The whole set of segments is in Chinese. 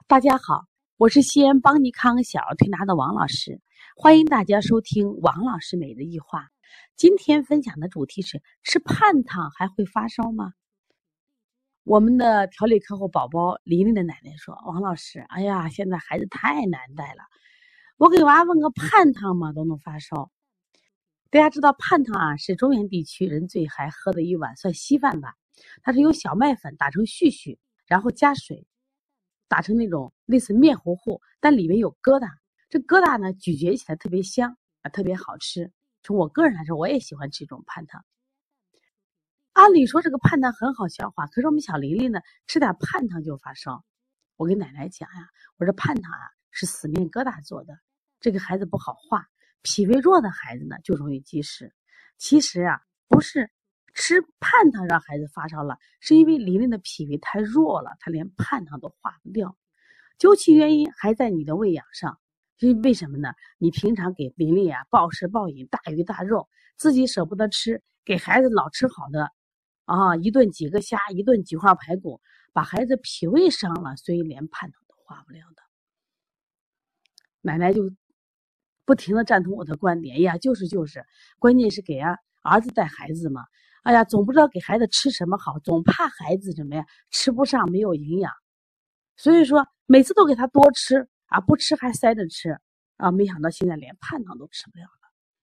大家好，我是西安邦尼康小儿推拿的王老师，欢迎大家收听王老师每日一话。今天分享的主题是：吃泮汤还会发烧吗？我们的调理课后宝宝琳琳的奶奶说：王老师，哎呀，现在孩子太难带了，我给娃问个泮汤嘛都能发烧。大家知道泮汤啊，是中原地区人最爱喝的一碗算稀饭吧，它是由小麦粉打成絮絮，然后加水打成那种类似面糊糊，但里面有疙瘩。这疙瘩呢，咀嚼起来特别香啊，特别好吃。从我个人来说，我也喜欢吃这种泮汤。按理说这个泮汤很好消化，可是我们小琳琳呢，吃点泮汤就发烧。我跟奶奶讲呀，我说泮汤啊是死面疙瘩做的，这个孩子不好化，脾胃弱的孩子呢就容易积食。其实啊，不是吃泮汤让孩子发烧了，是因为琳琳的脾胃太弱了，她连泮汤都化不掉。究其原因还在你的喂养上。为什么呢？你平常给琳琳啊暴食暴饮，大鱼大肉，自己舍不得吃，给孩子老吃好的啊，一顿几个虾，一顿几块排骨，把孩子脾胃伤了，所以连泮汤都化不了的。奶奶就不停的赞同我的观点，哎呀，就是，关键是给儿子带孩子嘛，哎呀，总不知道给孩子吃什么好，总怕孩子什么呀吃不上，没有营养，所以说每次都给他多吃啊，不吃还塞着吃啊，没想到现在连泮汤都吃不了了。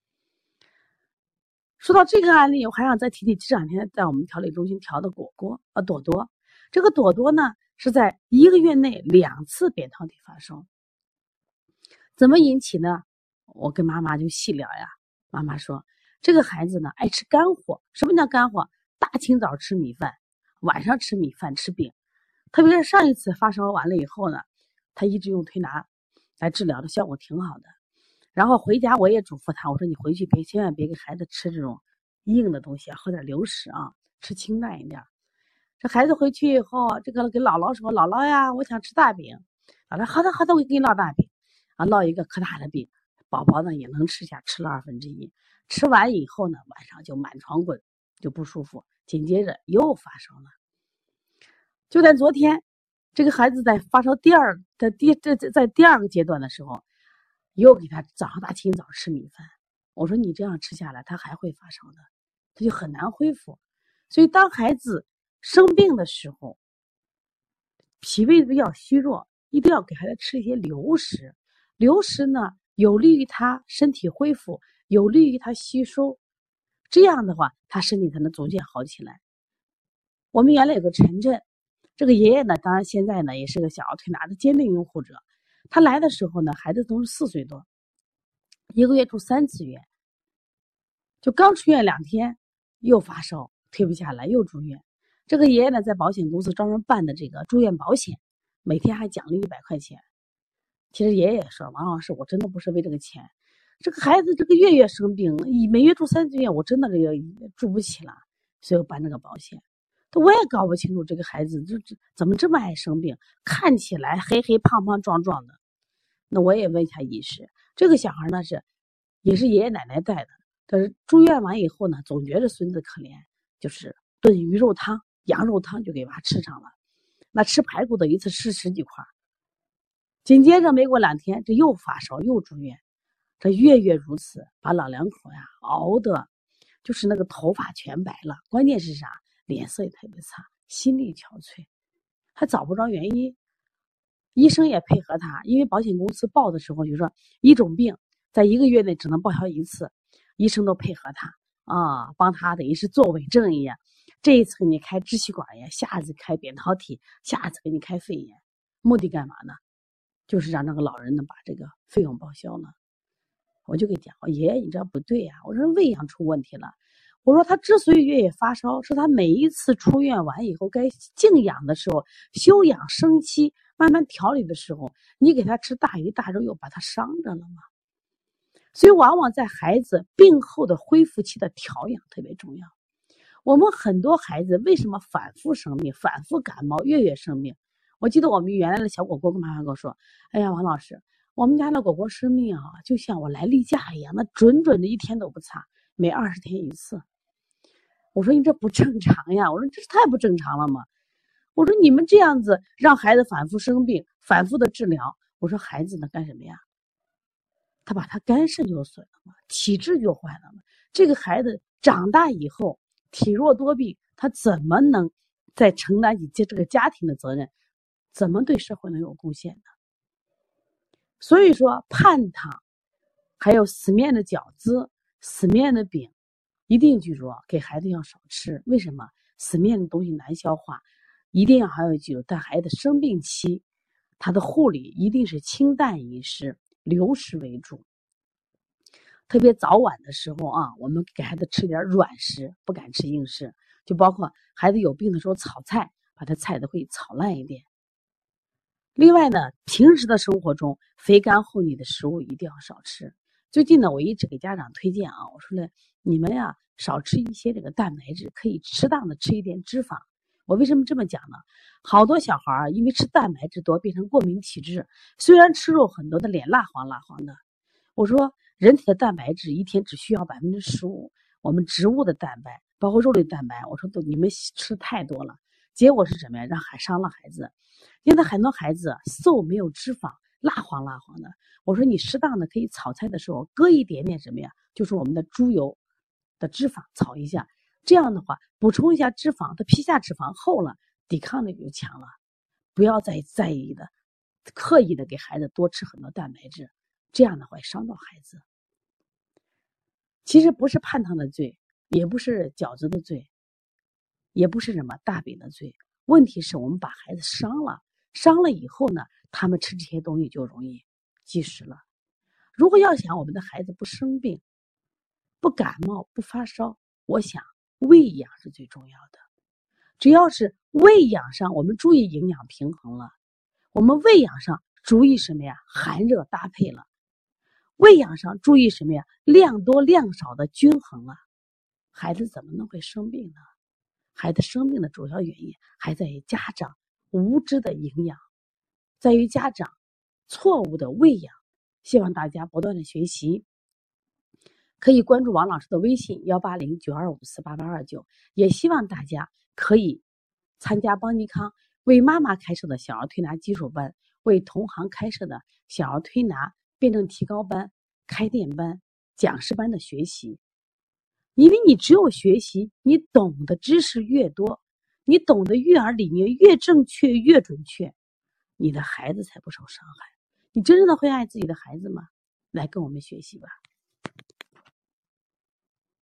说到这个案例，我还想再提这两天在我们调理中心调的朵朵，这个朵朵呢是在1个月内2次扁桃体发烧。怎么引起呢？我跟妈妈就细聊呀。妈妈说，这个孩子呢爱吃干货。什么叫干货？大清早吃米饭，晚上吃米饭吃饼。特别是上一次发烧完了以后呢，他一直用推拿来治疗的效果挺好的。然后回家我也嘱咐他，我说你回去千万别给孩子吃这种硬的东西啊，喝点流食啊，吃清淡一点。这孩子回去以后，这个给姥姥说，姥姥呀，我想吃大饼。姥姥好的，我给你烙大饼啊，烙一个可大的饼，宝宝呢也能吃下，吃了1/2。吃完以后呢，晚上就满床滚，就不舒服，紧接着又发烧了。就在昨天，这个孩子在发烧在第二个阶段的时候，又给他早上大清早吃米饭。我说你这样吃下来，他还会发烧的，他就很难恢复。所以当孩子生病的时候，脾胃比较虚弱，一定要给孩子吃一些流食。流食呢，有利于他身体恢复，有利于他吸收。这样的话，他身体才能逐渐好起来。我们原来有个晨晨，这个爷爷呢，当然现在呢也是个小儿推拿的坚定拥护者。他来的时候呢，孩子都是4岁多，1个月住3次院，就刚出院2天又发烧，退不下来又住院。这个爷爷呢，在保险公司专门办的这个住院保险，每天还奖励100块钱。其实爷爷说，王老师，我真的不是为这个钱，这个孩子这个月生病，每月住3次院，我真的这个住不起了，所以我办这个保险。我也搞不清楚这个孩子怎么这么爱生病，看起来黑黑胖胖壮壮的。那我也问一下医师，这个小孩呢也是爷爷奶奶带的，但是住院完以后呢，总觉得孙子可怜，就是炖鱼肉汤、羊肉汤就给娃吃上了，那吃排骨的一次吃10几块。紧接着没过2天，这又发烧又住院，这月如此，把老两口呀熬得就是那个头发全白了，关键是啥？脸色也特别差，心力憔悴，还找不着原因。医生也配合他，因为保险公司报的时候就说一种病在1个月内只能报销1次，医生都配合他啊，帮他等于是做伪证一样。这一次给你开支气管炎，下次开扁桃体，下次给你开肺炎，目的干嘛呢？就是让那个老人呢把这个费用报销了。我就给讲，爷爷你这不对呀，我说胃养出问题了。我说他之所以月发烧，是他每一次出院完以后该静养的时候，休养生息，慢慢调理的时候，你给他吃大鱼大肉，又把他伤着了嘛。所以往往在孩子病后的恢复期的调养特别重要。我们很多孩子为什么反复生病、反复感冒、月生病？我记得我们原来的小果果跟妈妈跟我说，哎呀，王老师，我们家的果果生病啊，就像我来例假一样，那准的1天都不差，每20天1次。我说你这不正常呀，我说这太不正常了嘛。 我说你们这样子让孩子反复生病，反复的治疗，我说孩子呢干什么呀？他把他肝肾就损了嘛，体质就坏了嘛。这个孩子长大以后体弱多病，他怎么能再承担起这个家庭的责任？怎么对社会能有贡献呢？所以说泮汤还有死面的饺子、死面的饼，一定记住给孩子要少吃。为什么？死面的东西难消化，一定要还要记住，在孩子生病期，他的护理一定是清淡饮食，流食为主。特别早晚的时候啊，我们给孩子吃点软食，不敢吃硬食，就包括孩子有病的时候炒菜，把他菜都会炒烂一点。另外呢，平时的生活中肥甘厚腻的食物一定要少吃。最近呢，我一直给家长推荐啊，我说呢，你们呀少吃一些这个蛋白质，可以适当的吃一点脂肪。我为什么这么讲呢？好多小孩因为吃蛋白质多变成过敏体质，虽然吃肉很多的脸蜡黄蜡黄的。我说人体的蛋白质一天只需要15%，我们植物的蛋白包括肉类蛋白，我说你们吃太多了，结果是什么呀？伤了孩子。现在很多孩子瘦没有脂肪，蜡黄蜡黄的。我说你适当的可以炒菜的时候搁一点点什么呀？就是我们的猪油的脂肪炒一下，这样的话补充一下脂肪，它皮下脂肪厚了，抵抗力就强了。不要再在意的刻意的给孩子多吃很多蛋白质，这样的话伤到孩子。其实不是泮汤的罪，也不是饺子的罪，也不是什么大饼的罪，问题是我们把孩子伤了以后呢，他们吃这些东西就容易积食了。如果要想我们的孩子不生病、不感冒、不发烧，我想喂养是最重要的。只要是喂养上我们注意营养平衡了，我们喂养上注意什么呀？寒热搭配了，喂养上注意什么呀？量多量少的均衡了，孩子怎么能会生病呢？孩子生病的主要原因还在于家长无知的营养，在于家长错误的喂养。希望大家不断的学习，可以关注王老师的微信18092548829，也希望大家可以参加邦尼康为妈妈开设的小儿推拿基础班，为同行开设的小儿推拿辩证提高班、开店班、讲师班的学习。因为你只有学习，你懂的知识越多，你懂的育儿理念越正确越准确，你的孩子才不受伤害。你真正的会爱自己的孩子吗？来跟我们学习吧。